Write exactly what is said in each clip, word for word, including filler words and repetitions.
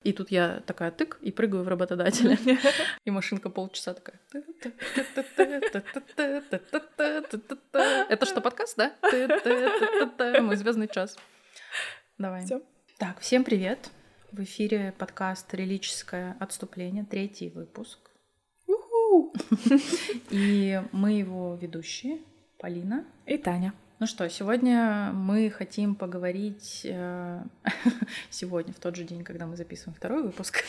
И тут я такая тык и прыгаю в работодателя. И машинка полчаса такая. Это что, подкаст, да? Мой звездный час. Давай. Всё. Так, всем привет. В эфире подкаст «Релическое отступление», третий выпуск. Уху! И мы его ведущие, Полина и Таня. Ну что, сегодня мы хотим поговорить... Э, сегодня, в тот же день, когда мы записываем второй выпуск.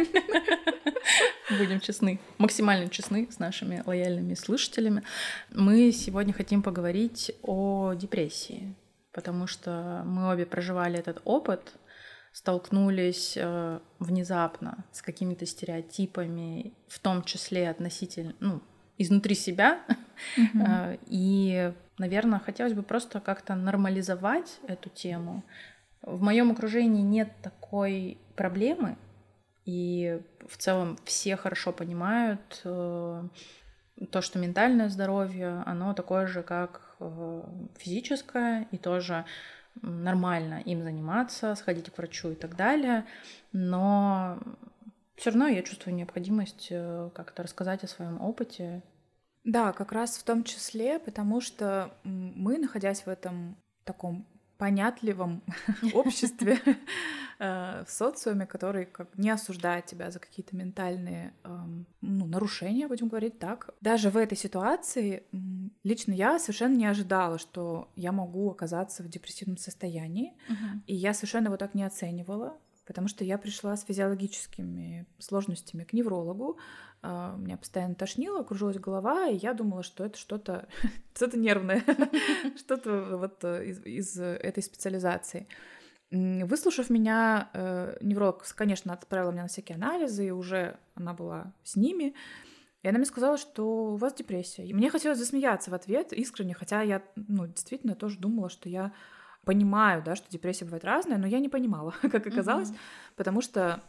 Будем честны, максимально честны с нашими лояльными слушателями. Мы сегодня хотим поговорить о депрессии, потому что мы обе проживали этот опыт, столкнулись э, внезапно с какими-то стереотипами, в том числе относительно, ну, изнутри себя. Mm-hmm. И, наверное, хотелось бы просто как-то нормализовать эту тему. В моем окружении нет такой проблемы, и в целом все хорошо понимают э, то, что ментальное здоровье, оно такое же, как э, физическое, и тоже нормально им заниматься, сходить к врачу и так далее. Но все равно я чувствую необходимость э, как-то рассказать о своем опыте. Да, как раз в том числе, потому что мы, находясь в этом таком понятливом обществе, в социуме, который не осуждает тебя за какие-то ментальные ну, нарушения, будем говорить так. Даже в этой ситуации лично я совершенно не ожидала, что я могу оказаться в депрессивном состоянии, и я совершенно его так не оценивала, потому что я пришла с физиологическими сложностями к неврологу, меня постоянно тошнило, кружилась голова, и я думала, что это что-то, что-то нервное, что-то вот из, из этой специализации. Выслушав меня, невролог, конечно, отправила меня на всякие анализы, и уже она была с ними, и она мне сказала, что у вас депрессия. И мне хотелось засмеяться в ответ искренне, хотя я ну, действительно тоже думала, что я понимаю, да, что депрессия бывает разная, но я не понимала, как оказалось, mm-hmm. потому что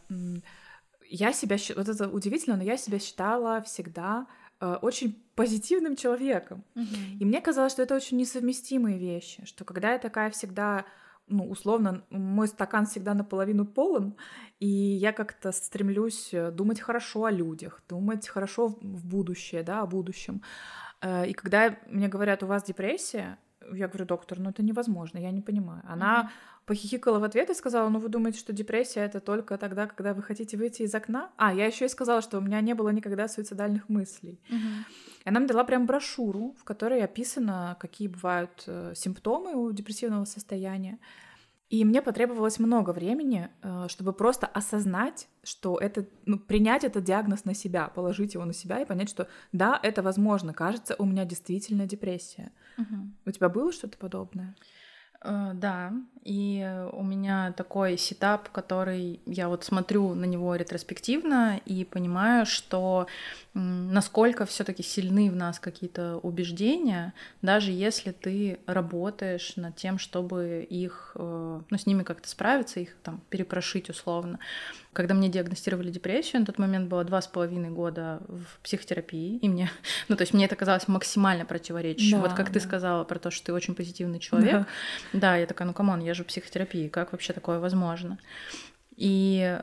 я себя, вот это удивительно, но я себя считала всегда э, очень позитивным человеком. Mm-hmm. И мне казалось, что это очень несовместимые вещи, что когда я такая всегда, ну, условно, мой стакан всегда наполовину полон, и я как-то стремлюсь думать хорошо о людях, думать хорошо в будущее, да, о будущем. Э, и когда мне говорят, у вас депрессия, я говорю, доктор, ну это невозможно, я не понимаю. Она mm-hmm. похихикала в ответ и сказала, ну вы думаете, что депрессия — это только тогда, когда вы хотите выйти из окна? А, я еще и сказала, что у меня не было никогда суицидальных мыслей. Mm-hmm. И она мне дала прям брошюру, в которой описано, какие бывают э, симптомы у депрессивного состояния. И мне потребовалось много времени, э, чтобы просто осознать, что это, ну, принять этот диагноз на себя, положить его на себя и понять, что да, это возможно, кажется, у меня действительно депрессия. Угу. У тебя было что-то подобное? Uh, да, и у меня такой сетап, который я вот смотрю на него ретроспективно и понимаю, что м, насколько все-таки сильны в нас какие-то убеждения, даже если ты работаешь над тем, чтобы их, э, ну, с ними как-то справиться, их там перепрошить условно. Когда мне диагностировали депрессию, на тот момент было два с половиной года в психотерапии, и мне, ну, то есть мне это казалось максимально противоречащим. Да, вот как да. ты сказала про то, что ты очень позитивный человек. Да, да я такая, ну, камон, я же в психотерапии, как вообще такое возможно? И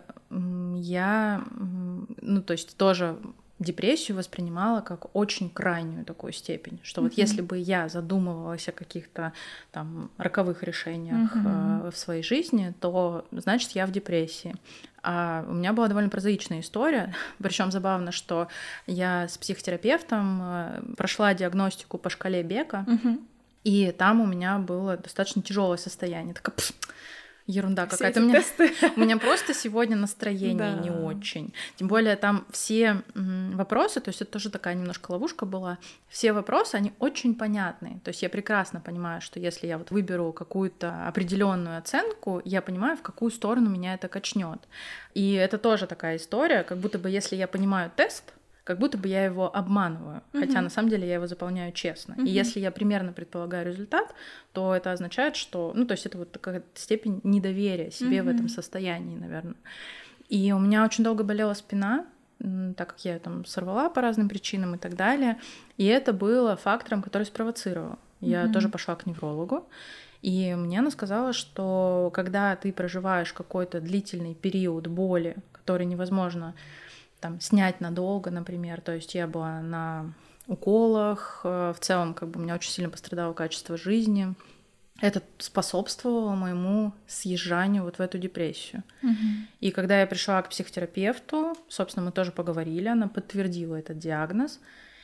я, ну, то есть тоже депрессию воспринимала как очень крайнюю такую степень, что mm-hmm. вот если бы я задумывалась о каких-то там роковых решениях mm-hmm. э, в своей жизни, то значит я в депрессии. А у меня была довольно прозаичная история, причем забавно, что я с психотерапевтом э, прошла диагностику по шкале Бека, mm-hmm. и там у меня было достаточно тяжелое состояние. Такая, пфф, ерунда какая-то. У меня, у меня просто сегодня настроение да. не очень. Тем более там все вопросы, то есть это тоже такая немножко ловушка была, все вопросы, они очень понятные. То есть я прекрасно понимаю, что если я вот выберу какую-то определенную оценку, я понимаю, в какую сторону меня это качнет. И это тоже такая история, как будто бы если я понимаю тест, как будто бы я его обманываю, mm-hmm. хотя на самом деле я его заполняю честно. Mm-hmm. И если я примерно предполагаю результат, то это означает, что, ну, то есть это вот такая степень недоверия себе mm-hmm. в этом состоянии, наверное. И у меня очень долго болела спина, так как я там сорвала по разным причинам и так далее, и это было фактором, который спровоцировал. Я mm-hmm. тоже пошла к неврологу, И мне она сказала, что когда ты проживаешь какой-то длительный период боли, который невозможно там снять надолго, например, то есть я была на уколах, в целом как бы у меня очень сильно пострадало качество жизни, это способствовало моему съезжанию вот в эту депрессию. Угу. И когда я пришла к психотерапевту, собственно, мы тоже поговорили, она подтвердила этот диагноз,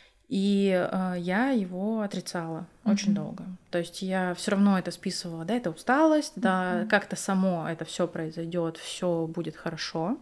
и э, я его отрицала mm-hmm. очень долго. То есть я все равно это списывала, да, это усталость, mm-hmm. да, как-то само это все произойдет, все будет хорошо.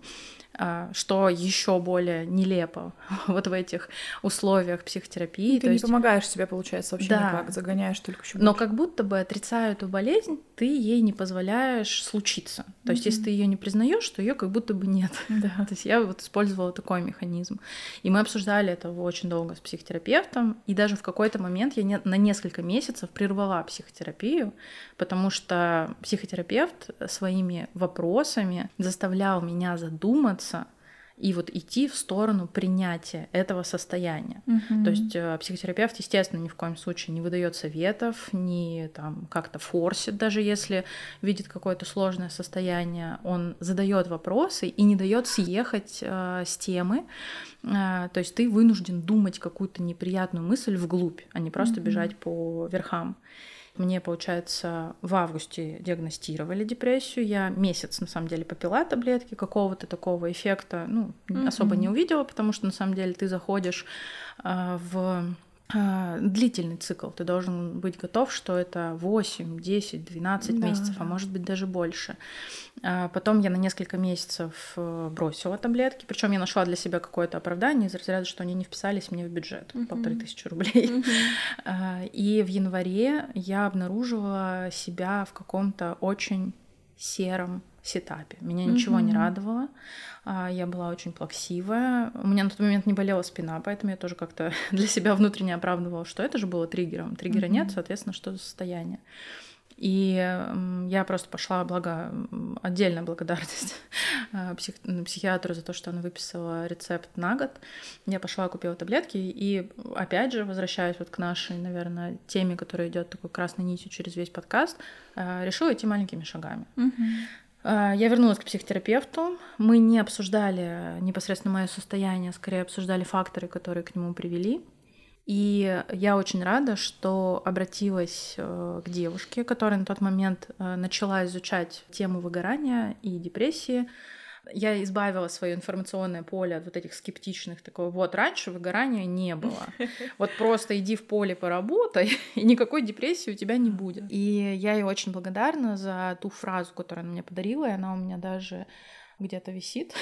Что еще более нелепо вот в этих условиях психотерапии. Ты То не есть... помогаешь себе, получается, вообще да. никак, загоняешь только еще больше. Но как будто бы, отрицая эту болезнь, ты ей не позволяешь случиться. То есть, mm-hmm. если ты ее не признаешь, то ее как будто бы нет. Да. То есть я вот использовала такой механизм. И мы обсуждали это очень долго с психотерапевтом, и даже в какой-то момент я не... на несколько месяцев прервала психотерапию, потому что психотерапевт своими вопросами заставлял меня задуматься и вот идти в сторону принятия этого состояния. Mm-hmm. То есть э, психотерапевт, естественно, ни в коем случае не выдает советов, не там как-то форсит, даже если видит какое-то сложное состояние, он задает вопросы и не дает съехать э, с темы. Э, то есть ты вынужден думать какую-то неприятную мысль вглубь, а не просто mm-hmm. бежать по верхам. Мне, получается, в августе диагностировали депрессию. Я месяц, на самом деле, попила таблетки, какого-то такого эффекта ну, mm-hmm. особо не увидела, потому что, на самом деле, ты заходишь э, в э, длительный цикл. Ты должен быть готов, что это восемь, десять, двенадцать да, месяцев, да. а может быть даже больше. А потом я на несколько месяцев бросила таблетки, причем я нашла для себя какое-то оправдание из разряда, что они не вписались мне в бюджет, uh-huh. полторы тысячи рублей. Uh-huh. И в январе я обнаружила себя в каком-то очень сером сетапе. Меня ничего uh-huh. не радовало, я была очень плаксивая. У меня на тот момент не болела спина, поэтому я тоже как-то для себя внутренне оправдывала, что это же было триггером. Триггера uh-huh. нет, соответственно, что за состояние. И я просто пошла, благо, отдельная благодарность псих... психиатру за то, что она выписала рецепт на год. Я пошла, купила таблетки, и опять же, возвращаясь вот к нашей, наверное, теме, которая идет такой красной нитью через весь подкаст, решила идти маленькими шагами. Mm-hmm. Я вернулась к психотерапевту. Мы не обсуждали непосредственно мое состояние, скорее обсуждали факторы, которые к нему привели. И я очень рада, что обратилась к девушке, которая на тот момент начала изучать тему выгорания и депрессии. Я избавила свое информационное поле от вот этих скептичных, такого, вот, раньше выгорания не было. Вот просто иди в поле, поработай, и никакой депрессии у тебя не будет. И я ей очень благодарна за ту фразу, которую она мне подарила, и она у меня даже где-то висит.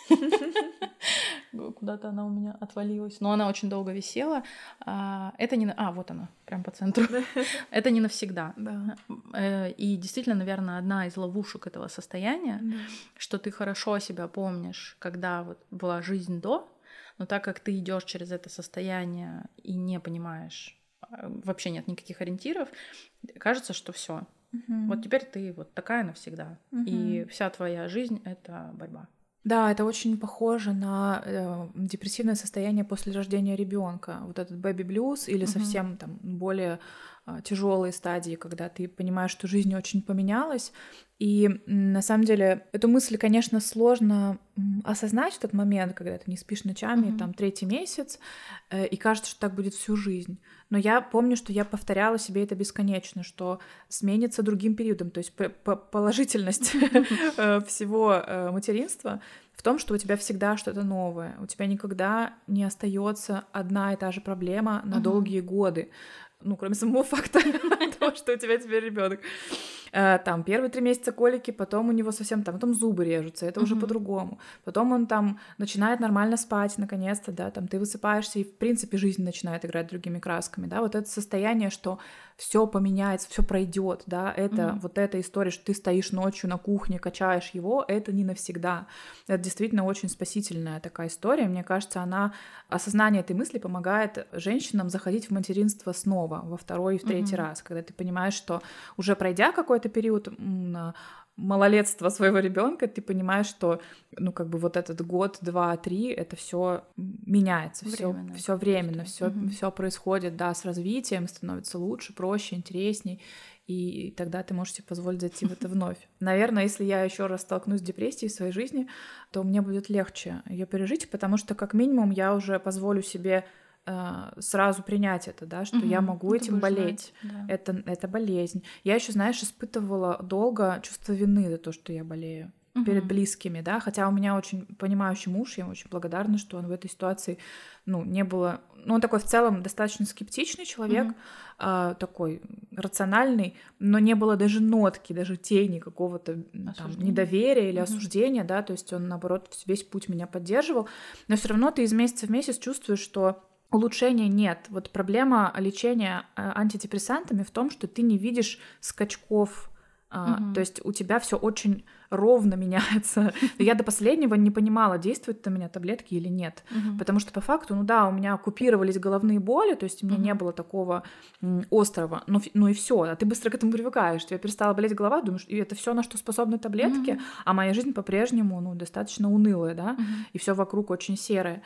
Куда-то она у меня отвалилась. Но она очень долго висела. Это не... А, вот она, прям по центру. Это не навсегда. Да. И действительно, наверное, одна из ловушек этого состояния, да. что ты хорошо себя помнишь, когда вот была жизнь до, но так как ты идешь через это состояние и не понимаешь, вообще нет никаких ориентиров, кажется, что все. Uh-huh. Вот теперь ты вот такая навсегда. Uh-huh. И вся твоя жизнь — это борьба. Да, это очень похоже на э, депрессивное состояние после рождения ребенка. Вот этот бэби-блюз или uh-huh. совсем там более э, тяжелые стадии, когда ты понимаешь, что жизнь очень поменялась. И на самом деле эту мысль, конечно, сложно осознать в тот момент, когда ты не спишь ночами, uh-huh. там третий месяц, э, и кажется, что так будет всю жизнь. Но я помню, что я повторяла себе это бесконечно, что сменится другим периодом, то есть положительность всего материнства в том, что у тебя всегда что-то новое, у тебя никогда не остается одна и та же проблема на долгие годы. Ну, кроме самого факта того, что у тебя теперь ребенок. Там первые три месяца колики, потом у него совсем там, потом зубы режутся, это uh-huh. уже по-другому. Потом он там начинает нормально спать, наконец-то, да, там ты высыпаешься, и в принципе жизнь начинает играть другими красками, да, вот это состояние, что все поменяется, все пройдет, да, это uh-huh. вот эта история, что ты стоишь ночью на кухне, качаешь его, это не навсегда. Это действительно очень спасительная такая история. Мне кажется, она, осознание этой мысли помогает женщинам заходить в материнство снова, во второй и в третий uh-huh. раз, когда ты понимаешь, что уже пройдя какой-то период малолетства своего ребенка, ты понимаешь, что ну как бы вот этот год, два, три, это все меняется, все все временно, все угу. все происходит, да, с развитием, становится лучше, проще, интересней. и тогда ты можешь себе позволить зайти в это вновь. Наверное, если я еще раз столкнусь с депрессией в своей жизни, то мне будет легче ее пережить, потому что как минимум я уже позволю себе сразу принять это, да, что угу, я могу этим болеть. Знать, да. это, это болезнь. Я еще, знаешь, испытывала долго чувство вины за то, что я болею угу. перед близкими, да, хотя у меня очень понимающий муж, я очень благодарна, что он в этой ситуации, ну, не было... Ну, он такой в целом достаточно скептичный человек, угу. а, такой рациональный, но не было даже нотки, даже тени какого-то там, недоверия или угу. осуждения, да, то есть он, наоборот, весь путь меня поддерживал, но все равно ты из месяца в месяц чувствуешь, что улучшения нет. Вот проблема лечения антидепрессантами в том, что ты не видишь скачков, угу. то есть у тебя все очень ровно меняется. Я до последнего не понимала, действуют на меня таблетки или нет, угу. потому что по факту, ну да, у меня купировались головные боли, то есть у меня угу. не было такого острого, ну, ну и все, а ты быстро к этому привыкаешь, тебе перестала болеть голова, думаешь, и это все, на что способны таблетки, угу. а моя жизнь по-прежнему, ну, достаточно унылая, да, угу. и все вокруг очень серое.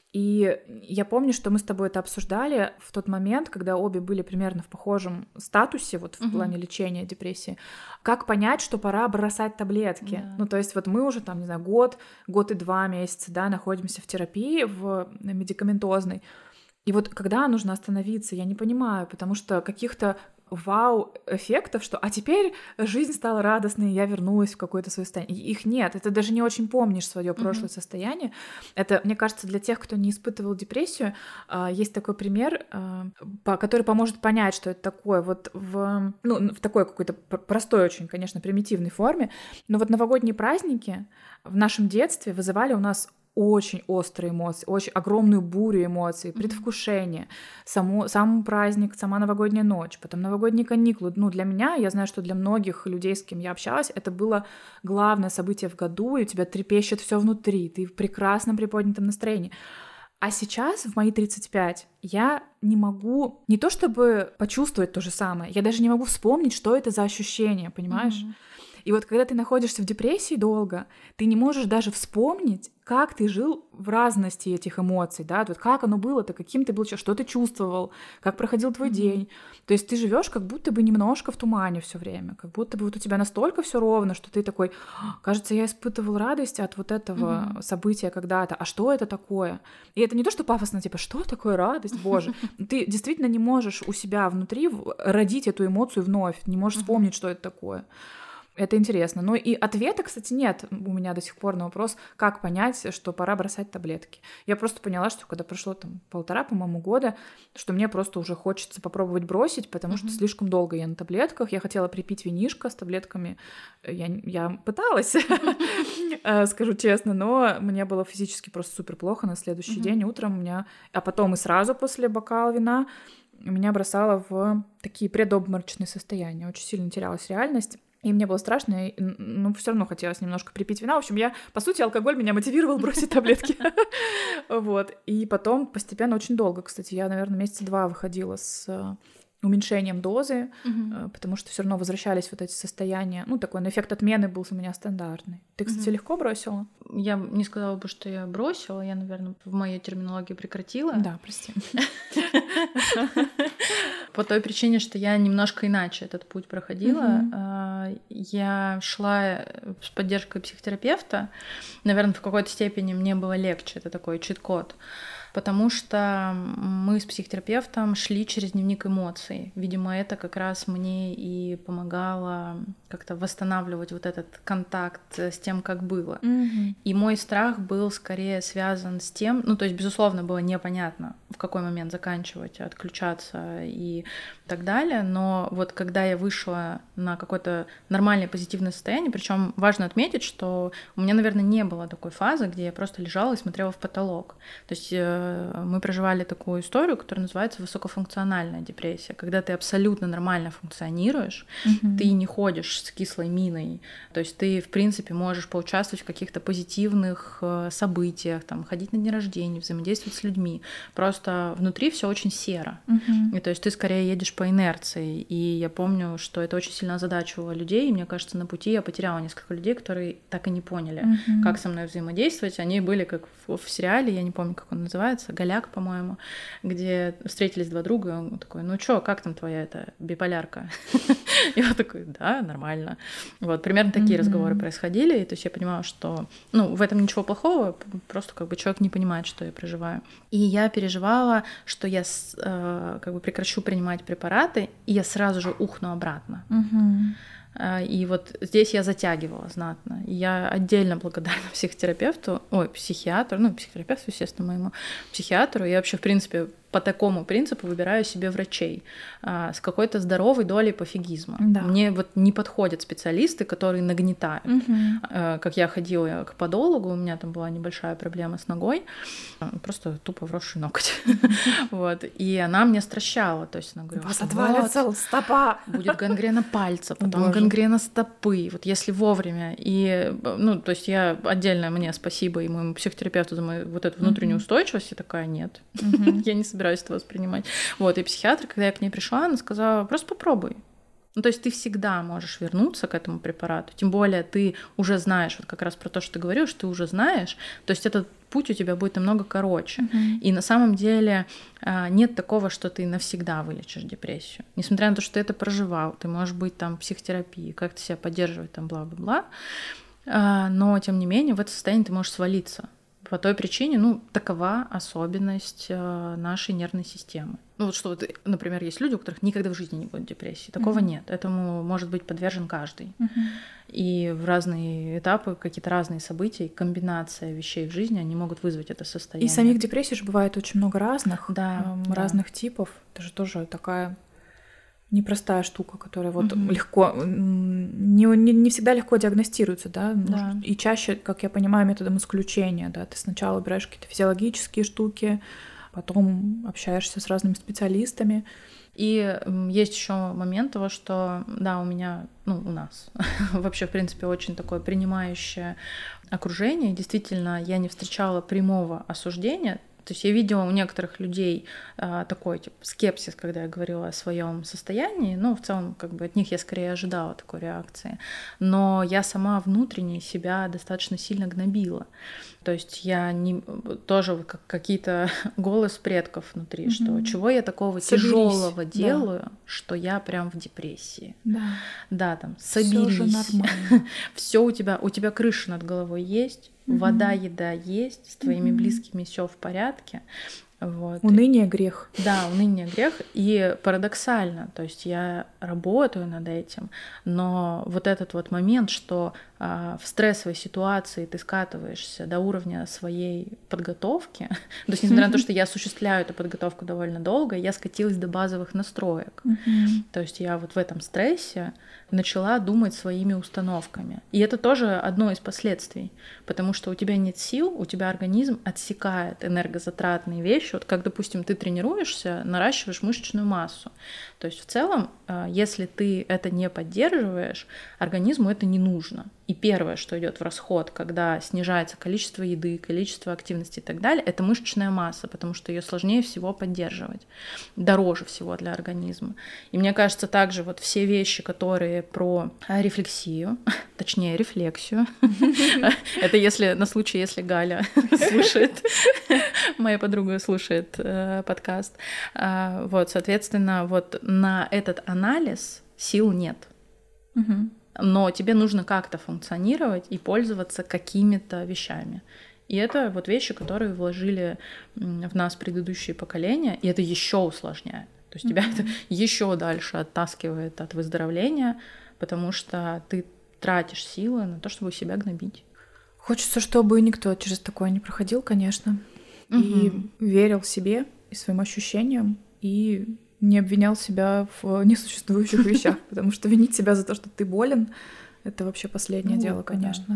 И я помню, что мы с тобой это обсуждали в тот момент, когда обе были примерно в похожем статусе, вот в uh-huh. плане лечения депрессии. Как понять, что пора бросать таблетки? Yeah. Ну, то есть вот мы уже там, не знаю, год, год и два месяца, да, находимся в терапии, в медикаментозной. И вот когда нужно остановиться, я не понимаю, потому что каких-то вау-эффектов, что «а теперь жизнь стала радостной, я вернулась в какое-то свое состояние». Их нет, это даже не очень помнишь свое прошлое mm-hmm. состояние. Это, мне кажется, для тех, кто не испытывал депрессию, есть такой пример, который поможет понять, что это такое. Вот в, ну, в такой какой-то простой очень, конечно, примитивной форме, но вот новогодние праздники в нашем детстве вызывали у нас очень острые эмоции, очень огромную бурю эмоций, предвкушение, само, сам праздник, сама новогодняя ночь, потом новогодние каникулы. Ну, для меня, я знаю, что для многих людей, с кем я общалась, это было главное событие в году, и у тебя трепещет все внутри, ты в прекрасном приподнятом настроении. А сейчас, в мои тридцать пять, я не могу не то чтобы почувствовать то же самое, я даже не могу вспомнить, что это за ощущение, понимаешь? Mm-hmm. И вот когда ты находишься в депрессии долго, ты не можешь даже вспомнить, как ты жил в разности этих эмоций, да, вот как оно было-то, каким ты был, что ты чувствовал, как проходил твой mm-hmm. день. То есть ты живешь как будто бы немножко в тумане все время, как будто бы вот у тебя настолько все ровно, что ты такой, кажется, я испытывал радость от вот этого mm-hmm. события когда-то, а что это такое? И это не то, что пафосно, типа, что такое радость, боже. Ты действительно не можешь у себя внутри родить эту эмоцию вновь, не можешь mm-hmm. вспомнить, что это такое. Это интересно. Ну и ответа, кстати, нет у меня до сих пор на вопрос, как понять, что пора бросать таблетки. Я просто поняла, что когда прошло там полтора, по-моему, года, что мне просто уже хочется попробовать бросить, потому mm-hmm. что слишком долго я на таблетках. Я хотела припить винишко с таблетками. Я, я пыталась, скажу честно, но мне было физически просто супер плохо на следующий день утром. У меня, а потом и сразу после бокала вина меня бросало в такие предобморочные состояния. Очень сильно терялась реальность. И мне было страшно, но все равно хотелось немножко припить вина. В общем, я, по сути, алкоголь меня мотивировал бросить таблетки. Вот. И потом постепенно, очень долго, кстати, я, наверное, месяца два выходила с уменьшением дозы, угу. потому что все равно возвращались вот эти состояния. Ну, такой ну, эффект отмены был у меня стандартный. Ты, кстати, угу. легко бросила? Я не сказала бы, что я бросила. Я, наверное, в моей терминологии прекратила. Да, прости. По той причине, что я немножко иначе этот путь проходила. Я шла с поддержкой психотерапевта. Наверное, в какой-то степени мне было легче. Это такой чит-код. Потому что мы с психотерапевтом шли через дневник эмоций. Видимо, это как раз мне и помогало как-то восстанавливать вот этот контакт с тем, как было. Mm-hmm. И мой страх был скорее связан с тем, ну, то есть, безусловно, было непонятно, в какой момент заканчивать, отключаться и так далее, но вот когда я вышла на какое-то нормальное позитивное состояние, причем важно отметить, что у меня, наверное, не было такой фазы, где я просто лежала и смотрела в потолок. То есть мы проживали такую историю, которая называется высокофункциональная депрессия, когда ты абсолютно нормально функционируешь, mm-hmm. ты не ходишь с кислой миной, то есть ты, в принципе, можешь поучаствовать в каких-то позитивных событиях, там, ходить на дни рождения, взаимодействовать с людьми, просто просто внутри все очень серо. Uh-huh. И то есть ты скорее едешь по инерции. И я помню, что это очень сильно озадачивало людей. И мне кажется, на пути я потеряла несколько людей, которые так и не поняли, Uh-huh. как со мной взаимодействовать. Они были как в, в сериале, я не помню, как он называется, «Голяк», по-моему, где встретились два друга, и он такой: ну чё, как там твоя эта биполярка? И он такой: да, нормально. Вот, примерно такие разговоры происходили. И то есть я понимала, что, ну, в этом ничего плохого, просто как бы человек не понимает, что я проживаю. И я переживала, что я э, как бы прекращу принимать препараты, и я сразу же ухну обратно. Uh-huh. И вот здесь я затягивала знатно. И я отдельно благодарна психотерапевту, ой, психиатру, ну, психотерапевту, естественно, моему психиатру. Я вообще, в принципе, по такому принципу выбираю себе врачей а, с какой-то здоровой долей пофигизма. Да. Мне вот не подходят специалисты, которые нагнетают. Угу. А, как я ходила к подологу, у меня там была небольшая проблема с ногой, просто тупо вросший ноготь. Вот. И она мне стращала, то есть она говорила: вас отвалится стопа, будет гангрена пальца, потом гангрена стопы. Вот если вовремя. И, ну, то есть я отдельно, мне спасибо и моему психотерапевту за мою вот эту внутреннюю устойчивость, и такая: нет, я не собираюсь это воспринимать. Вот, и психиатр, когда я к ней пришла, она сказала: просто попробуй. Ну, то есть ты всегда можешь вернуться к этому препарату, тем более ты уже знаешь, вот как раз про то, что ты говоришь, ты уже знаешь, то есть этот путь у тебя будет намного короче. Uh-huh. И на самом деле нет такого, что ты навсегда вылечишь депрессию. Несмотря на то, что ты это проживал, ты можешь быть там в психотерапии, как-то себя поддерживать, там, бла-бла-бла, но тем не менее в это состояние ты можешь свалиться. По той причине, ну, такова особенность э, нашей нервной системы. Ну, вот что, вот, например, есть люди, у которых никогда в жизни не будет депрессии. Такого uh-huh. нет. Этому может быть подвержен каждый. Uh-huh. И в разные этапы, какие-то разные события, комбинация вещей в жизни, они могут вызвать это состояние. И самих депрессий же бывает очень много разных, да, э, разных да. типов. Это же тоже такая непростая штука, которая вот угу. легко, не, не, не всегда легко диагностируется, да? да, и чаще, как я понимаю, методом исключения, да, ты сначала выбираешь какие-то физиологические штуки, потом общаешься с разными специалистами. И есть еще момент того, что, да, у меня, ну, у нас вообще, в принципе, очень такое принимающее окружение. Действительно, я не встречала прямого осуждения. То есть я видела у некоторых людей а, такой типа скепсис, когда я говорила о своем состоянии, но в целом как бы от них я скорее ожидала такой реакции. Но я сама внутренне себя достаточно сильно гнобила. То есть я не тоже как какие-то голос предков внутри, mm-hmm. что чего я такого тяжелого делаю, да. что я прям в депрессии. Да, да там соберись. Всё же нормально. Все у тебя, у тебя крыша над головой есть. Mm-hmm. Вода, еда есть, с твоими mm-hmm. близкими все в порядке. Вот. Уныние — грех. Да, уныние — грех. И парадоксально, то есть я работаю над этим, но вот этот вот момент, что а, в стрессовой ситуации ты скатываешься до уровня своей подготовки, то есть несмотря на то, что я осуществляю эту подготовку довольно долго, я скатилась до базовых настроек. Mm-hmm. То есть я вот в этом стрессе начала думать своими установками. И это тоже одно из последствий, потому что у тебя нет сил, у тебя организм отсекает энергозатратные вещи. Вот как, допустим, ты тренируешься, наращиваешь мышечную массу. То есть в целом, если ты это не поддерживаешь, организму это не нужно. И первое, что идет в расход, когда снижается количество еды, количество активности и так далее, это мышечная масса, потому что ее сложнее всего поддерживать, дороже всего для организма. И мне кажется, также вот все вещи, которые про рефлексию, точнее рефлексию, это если на случай, если Галя слушает, моя подруга слушает подкаст, вот, соответственно, вот на этот анализ сил нет. Но тебе нужно как-то функционировать и пользоваться какими-то вещами. И это вот вещи, которые вложили в нас предыдущие поколения, и это еще усложняет. То есть mm-hmm. тебя это еще дальше оттаскивает от выздоровления, потому что ты тратишь силы на то, чтобы себя гнобить. Хочется, чтобы никто через такое не проходил, конечно, mm-hmm. и верил себе и своим ощущениям, и не обвинял себя в несуществующих вещах, потому что винить себя за то, что ты болен, это вообще последнее дело, конечно, да.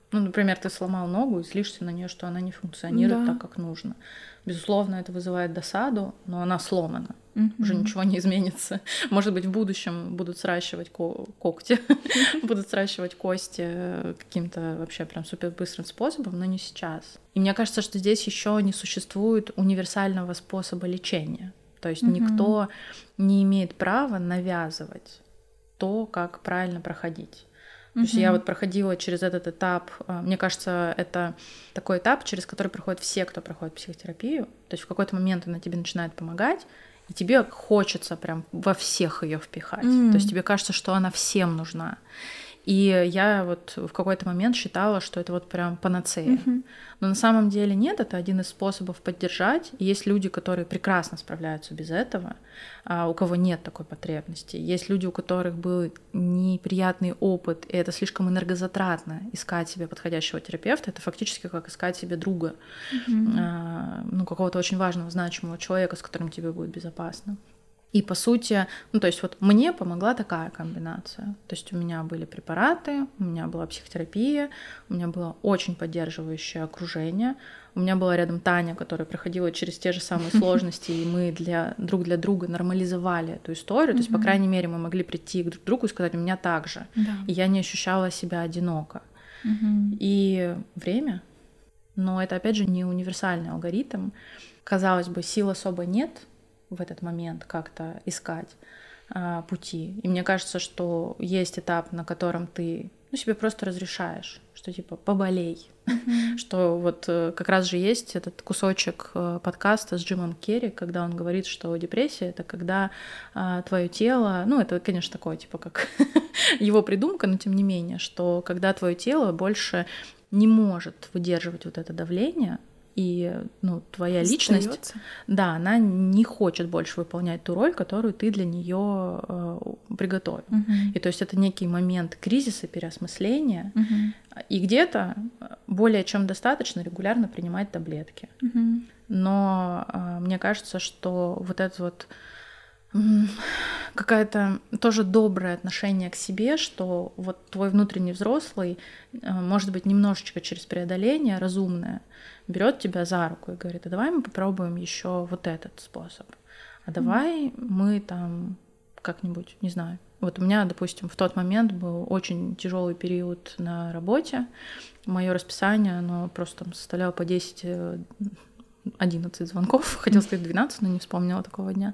Ну, например, ты сломал ногу и злишься на нее, что она не функционирует Да. так, как нужно. Безусловно, это вызывает досаду, но она сломана. Мгм. Уже ничего не изменится. Может быть, в будущем будут сращивать ко- когти, будут сращивать кости э, каким-то вообще прям супер быстрым способом, но не сейчас. И мне кажется, что здесь еще не существует универсального способа лечения. То есть Мгм. никто не имеет права навязывать то, как правильно проходить. То есть я Мгм. вот проходила через этот этап, а, мне кажется, это такой этап, через который проходят все, кто проходит психотерапию. То есть в какой-то момент она тебе начинает помогать, и тебе хочется прям во всех ее впихать. М. То есть тебе кажется, что она всем нужна. И я вот в какой-то момент считала, что это вот прям панацея. Мгм. Но на самом деле нет, это один из способов поддержать. И есть люди, которые прекрасно справляются без этого, а у кого нет такой потребности. Есть люди, у которых был неприятный опыт, и это слишком энергозатратно искать себе подходящего терапевта. Это фактически как искать себе друга, Мгм. а, ну, какого-то очень важного, значимого человека, с которым тебе будет безопасно. И по сути, ну то есть вот мне помогла такая комбинация. То есть у меня были препараты, у меня была психотерапия, у меня было очень поддерживающее окружение, у меня была рядом Таня, которая проходила через те же самые сложности, и мы для, друг для друга нормализовали эту историю. То есть, по Мгм. крайней мере, мы могли прийти друг к другу и сказать, у меня так же. Да. И я не ощущала себя одиноко. Мгм. И время, но это опять же не универсальный алгоритм. Казалось бы, сил особо нет в этот момент как-то искать а, пути. И мне кажется, что есть этап, на котором ты ну, себе просто разрешаешь, что типа поболей. Мгм. Что вот э, как раз же есть этот кусочек э, подкаста с Джимом Керри, когда он говорит, что депрессия — это когда а, твое тело, ну это, конечно, такое, типа как его придумка, но тем не менее, что когда твое тело больше не может выдерживать вот это давление, и ну, твоя личность, Остаётся. да, она не хочет больше выполнять ту роль, которую ты для нее э, приготовил. Мгм. И то есть это некий момент кризиса, переосмысления, Мгм. и где-то более чем достаточно регулярно принимать таблетки. Мгм. Но э, мне кажется, что вот это вот м, какое-то тоже доброе отношение к себе, что вот твой внутренний взрослый, э, может быть, немножечко через преодоление разумное, берет тебя за руку и говорит, а давай мы попробуем еще вот этот способ. А давай мы там как-нибудь, не знаю. Вот у меня, допустим, в тот момент был очень тяжелый период на работе. Мое расписание, оно просто там составляло по десять-одиннадцать звонков. Хотела сказать двенадцать, но не вспомнила такого дня.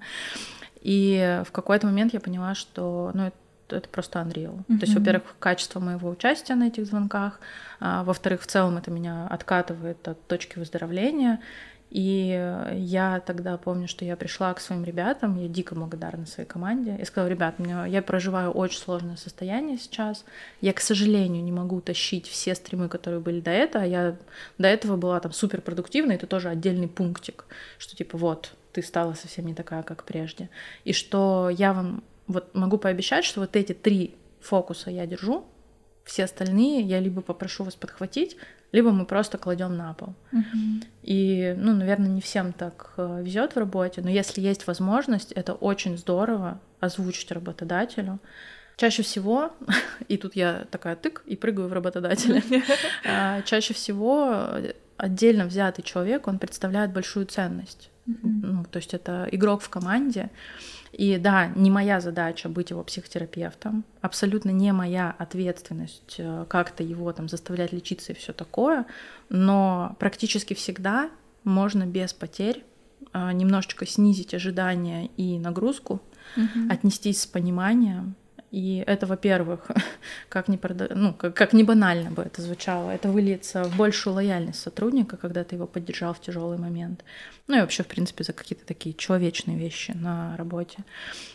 И в какой-то момент я поняла, что ну, это это просто unreal. Mm-hmm. То есть, во-первых, качество моего участия на этих звонках, а, во-вторых, в целом это меня откатывает от точки выздоровления. И я тогда помню, что я пришла к своим ребятам, я дико благодарна своей команде. Я сказала, ребят, меня, я проживаю очень сложное состояние сейчас. Я, к сожалению, не могу тащить все стримы, которые были до этого. Я до этого была там суперпродуктивной, это тоже отдельный пунктик, что типа вот, ты стала совсем не такая, как прежде. И что я вам вот могу пообещать, что вот эти три фокуса я держу, все остальные я либо попрошу вас подхватить, либо мы просто кладем на пол. Мгм. И, ну, наверное, не всем так везет в работе, но если есть возможность, это очень здорово озвучить работодателю. Чаще всего, и тут я такая тык и прыгаю в работодателя, чаще всего отдельно взятый человек, он представляет большую ценность. Ну, то есть это игрок в команде. И да, не моя задача быть его психотерапевтом, абсолютно не моя ответственность как-то его там заставлять лечиться и все такое, но практически всегда можно без потерь немножечко снизить ожидания и нагрузку, Мгм. отнестись с пониманием. И это, во-первых, как ни, ну, как, как ни банально бы это звучало, это выльется в большую лояльность сотрудника, когда ты его поддержал в тяжелый момент. Ну и вообще, в принципе, за какие-то такие человечные вещи на работе.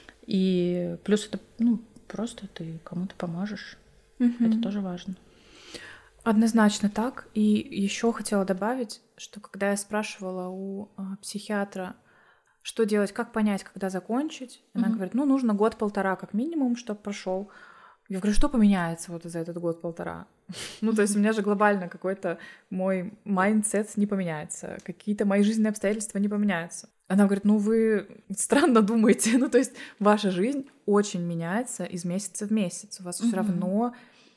И плюс это, ну, просто ты кому-то поможешь. Мгм. Это тоже важно. Однозначно так. И еще хотела добавить, что когда я спрашивала у а, психиатра, что делать, как понять, когда закончить, она Мгм. говорит, ну, нужно год-полтора как минимум, чтобы прошел. Я говорю, что поменяется вот за этот год-полтора? Ну, то есть у меня же глобально какой-то мой майндсет не поменяется, какие-то мои жизненные обстоятельства не поменяются. Она говорит, ну, вы странно думаете, ну, то есть ваша жизнь очень меняется из месяца в месяц, у вас все Мгм. равно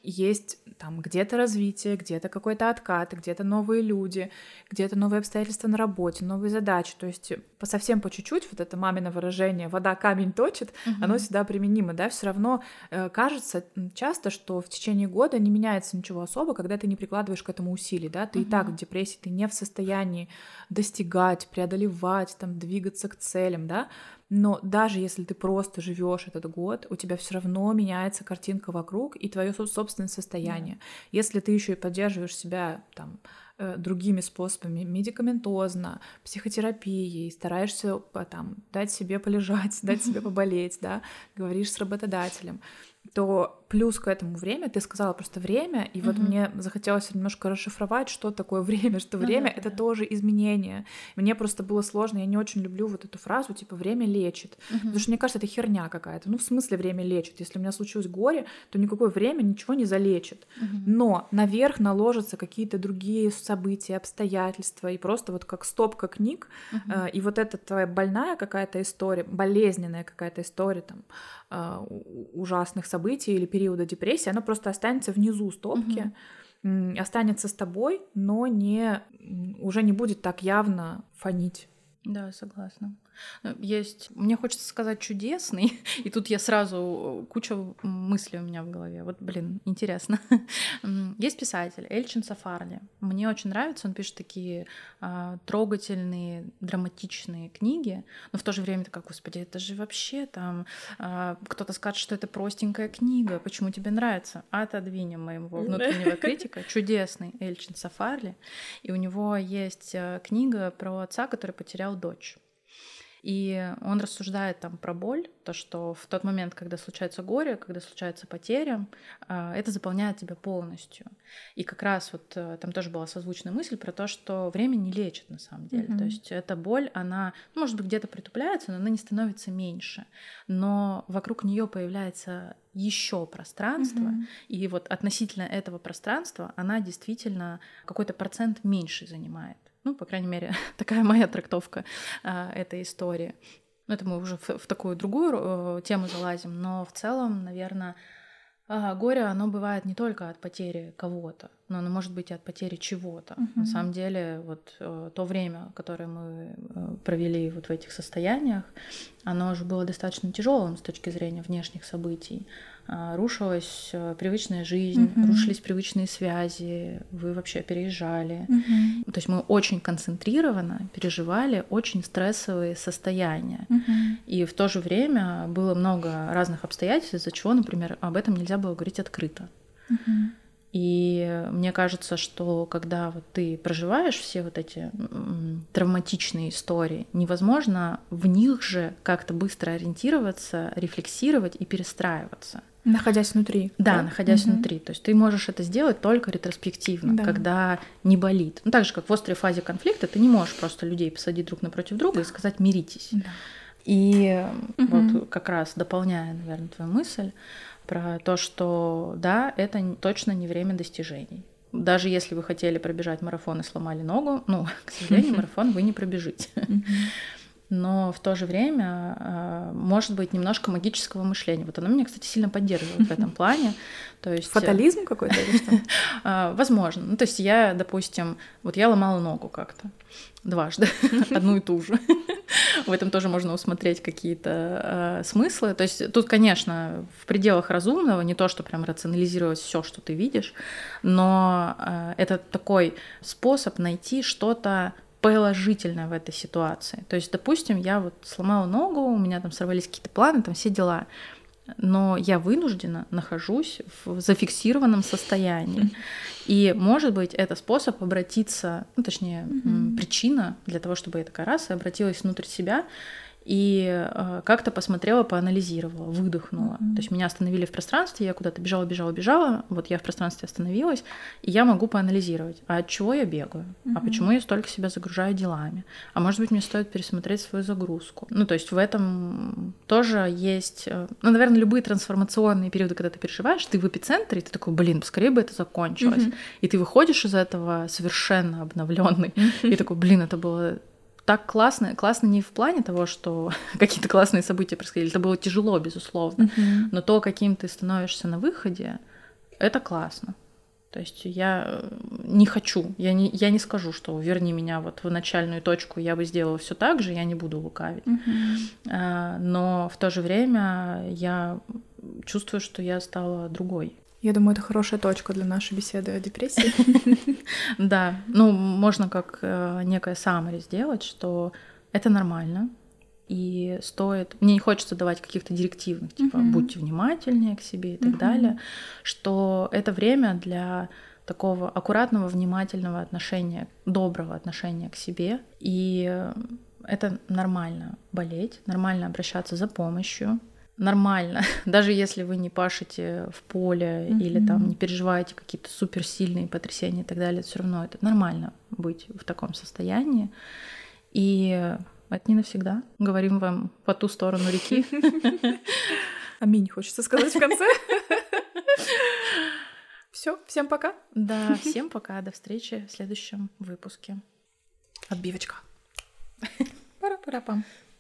есть там где-то развитие, где-то какой-то откат, где-то новые люди, где-то новые обстоятельства на работе, новые задачи. То есть по совсем по чуть-чуть вот это мамино выражение «вода камень точит», угу. оно всегда применимо, да, все равно э, кажется часто, что в течение года не меняется ничего особо, когда ты не прикладываешь к этому усилий, да, ты угу. и так в депрессии, ты не в состоянии достигать, преодолевать, там, двигаться к целям, да, но даже если ты просто живешь этот год, у тебя все равно меняется картинка вокруг и твое собственное состояние. Yeah. Если ты еще и поддерживаешь себя там другими способами, медикаментозно, психотерапией, стараешься там дать себе полежать, дать себе поболеть, да, говоришь с работодателем, то плюс к этому время, ты сказала просто время, и вот mm-hmm. мне захотелось немножко расшифровать, что такое время, что время mm-hmm. — это тоже изменение. Мне просто было сложно, я не очень люблю вот эту фразу, типа «время лечит», mm-hmm. потому что мне кажется, это херня какая-то. Ну, в смысле время лечит? Если у меня случилось горе, то никакое время ничего не залечит. Mm-hmm. Но наверх наложатся какие-то другие события, обстоятельства, и просто вот как стопка книг, mm-hmm. э, и вот эта твоя больная какая-то история, болезненная какая-то история там э, ужасных событий или периода депрессии, она просто останется внизу стопки, угу. останется с тобой, но не, уже не будет так явно фонить. Да, согласна. Есть, мне хочется сказать чудесный, и тут я сразу, куча мыслей у меня в голове. Вот, блин, интересно. Есть писатель Эльчин Сафарли. Мне очень нравится, он пишет такие а, трогательные, драматичные книги, но в то же время такая, господи, это же вообще там а, кто-то скажет, что это простенькая книга, почему тебе нравится? Отодвинем моего внутреннего критика. Чудесный Эльчин Сафарли, и у него есть книга про отца, который потерял дочь. И он рассуждает там про боль, то, что в тот момент, когда случается горе, когда случается потеря, это заполняет тебя полностью. И как раз вот там тоже была созвучная мысль про то, что время не лечит на самом деле. Mm-hmm. То есть эта боль, она, ну, может быть, где-то притупляется, но она не становится меньше. Но вокруг нее появляется еще пространство, mm-hmm. и вот относительно этого пространства она действительно какой-то процент меньше занимает. Ну, по крайней мере, такая моя трактовка э, этой истории. Ну, это мы уже в, в такую другую э, тему залазим, но в целом, наверное, э, горе, оно бывает не только от потери кого-то, но оно может быть и от потери чего-то. Uh-huh. На самом деле, вот э, то время, которое мы э, провели вот в этих состояниях, оно уже было достаточно тяжелым с точки зрения внешних событий. Рушилась привычная жизнь, uh-huh. рушились привычные связи, вы вообще переезжали. Uh-huh. То есть мы очень концентрированно переживали очень стрессовые состояния. Uh-huh. И в то же время было много разных обстоятельств, из-за чего, например, об этом нельзя было говорить открыто. Uh-huh. И мне кажется, что когда вот ты проживаешь все вот эти травматичные истории, невозможно в них же как-то быстро ориентироваться, рефлексировать и перестраиваться. Находясь внутри. Да, да? находясь угу. внутри. То есть ты можешь это сделать только ретроспективно, да. когда не болит. Ну, так же, как в острой фазе конфликта, ты не можешь просто людей посадить друг напротив друга и сказать «миритесь». Да. И угу. вот как раз дополняя, наверное, твою мысль про то, что да, это точно не время достижений. Даже если вы хотели пробежать марафон и сломали ногу, ну, к сожалению, марафон вы не пробежите. Но в то же время э, может быть немножко магического мышления. Вот оно меня, кстати, сильно поддерживает в этом плане. То есть, фатализм какой-то или что? Возможно. Ну, то есть я, допустим, вот я ломала ногу как-то дважды, одну и ту же. В этом тоже можно усмотреть какие-то э, смыслы. То есть тут, конечно, в пределах разумного, не то, что прям рационализировать все, что ты видишь, но э, это такой способ найти что-то положительное в этой ситуации. То есть, допустим, я вот сломала ногу, у меня там сорвались какие-то планы, там все дела, но я вынуждена нахожусь в зафиксированном состоянии. И, может быть, это способ обратиться, ну, точнее, mm-hmm. причина для того, чтобы я такая раз и обратилась внутрь себя и э, как-то посмотрела, поанализировала, выдохнула. Mm-hmm. То есть меня остановили в пространстве, я куда-то бежала, бежала, бежала, вот я в пространстве остановилась, и я могу поанализировать, а от чего я бегаю, mm-hmm. а почему я столько себя загружаю делами, а может быть, мне стоит пересмотреть свою загрузку. Ну, то есть в этом тоже есть, ну, наверное, любые трансформационные периоды, когда ты переживаешь, ты в эпицентре, и ты такой, блин, поскорее бы это закончилось. Mm-hmm. И ты выходишь из этого совершенно обновленный, mm-hmm. и такой, блин, это было... Так классно, классно не в плане того, что какие-то классные события происходили, это было тяжело, безусловно, mm-hmm. но то, каким ты становишься на выходе, это классно. То есть я не хочу, я не, я не скажу, что верни меня вот в начальную точку, я бы сделала все так же, я не буду лукавить. Mm-hmm. Но в то же время я чувствую, что я стала другой. Я думаю, это хорошая точка для нашей беседы о депрессии. Да, ну можно как некое summary сделать, что это нормально. И стоит... Мне не хочется давать каких-то директивных, типа uh-huh. будьте внимательнее к себе и так uh-huh. далее, что это время для такого аккуратного, внимательного отношения, доброго отношения к себе. И это нормально болеть, нормально обращаться за помощью, нормально, даже если вы не пашете в поле uh-huh. или там не переживаете какие-то суперсильные потрясения и так далее, все равно это нормально быть в таком состоянии. И это не навсегда. Говорим вам по ту сторону реки. Аминь, хочется сказать в конце. Все, всем пока. Да, всем пока. До встречи в следующем выпуске. Отбивочка. Пара-пара-пам.